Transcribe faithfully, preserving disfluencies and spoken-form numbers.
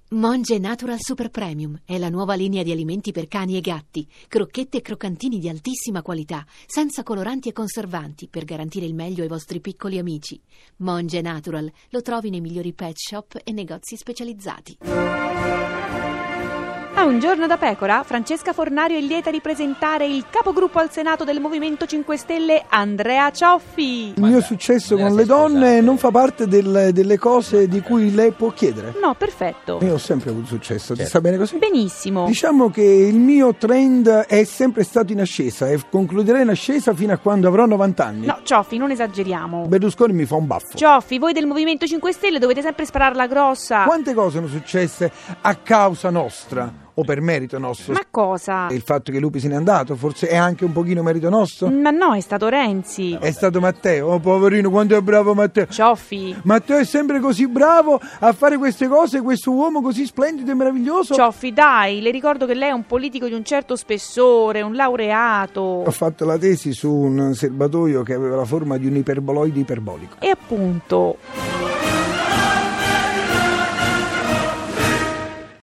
Monge Natural Super Premium è la nuova linea di alimenti per cani e gatti, crocchette e croccantini di altissima qualità, senza coloranti e conservanti, per garantire il meglio ai vostri piccoli amici. Monge Natural lo trovi nei migliori pet shop e negozi specializzati. A un giorno da pecora, Francesca Fornario è lieta di presentare il capogruppo al Senato del Movimento cinque Stelle, Andrea Cioffi. Il mio successo con le donne non fa parte del, delle cose di cui lei può chiedere. No, perfetto. Io ho sempre avuto successo, ti sta bene così? Benissimo. Diciamo che il mio trend è sempre stato in ascesa e concluderei in ascesa fino a quando avrò novanta anni. No, Cioffi, non esageriamo. Berlusconi mi fa un baffo. Cioffi, voi del Movimento cinque Stelle dovete sempre spararla grossa. Quante cose sono successe a causa nostra? O per merito nostro? Ma cosa? Il fatto che Lupi se n'è andato, forse è anche un pochino merito nostro? Ma no, è stato Renzi. È stato Matteo, oh poverino, quanto è bravo Matteo. Cioffi. Matteo è sempre così bravo a fare queste cose, questo uomo così splendido e meraviglioso. Cioffi, dai, le ricordo che lei è un politico di un certo spessore, un laureato. Ho fatto la tesi su un serbatoio che aveva la forma di un iperboloide iperbolico. E appunto...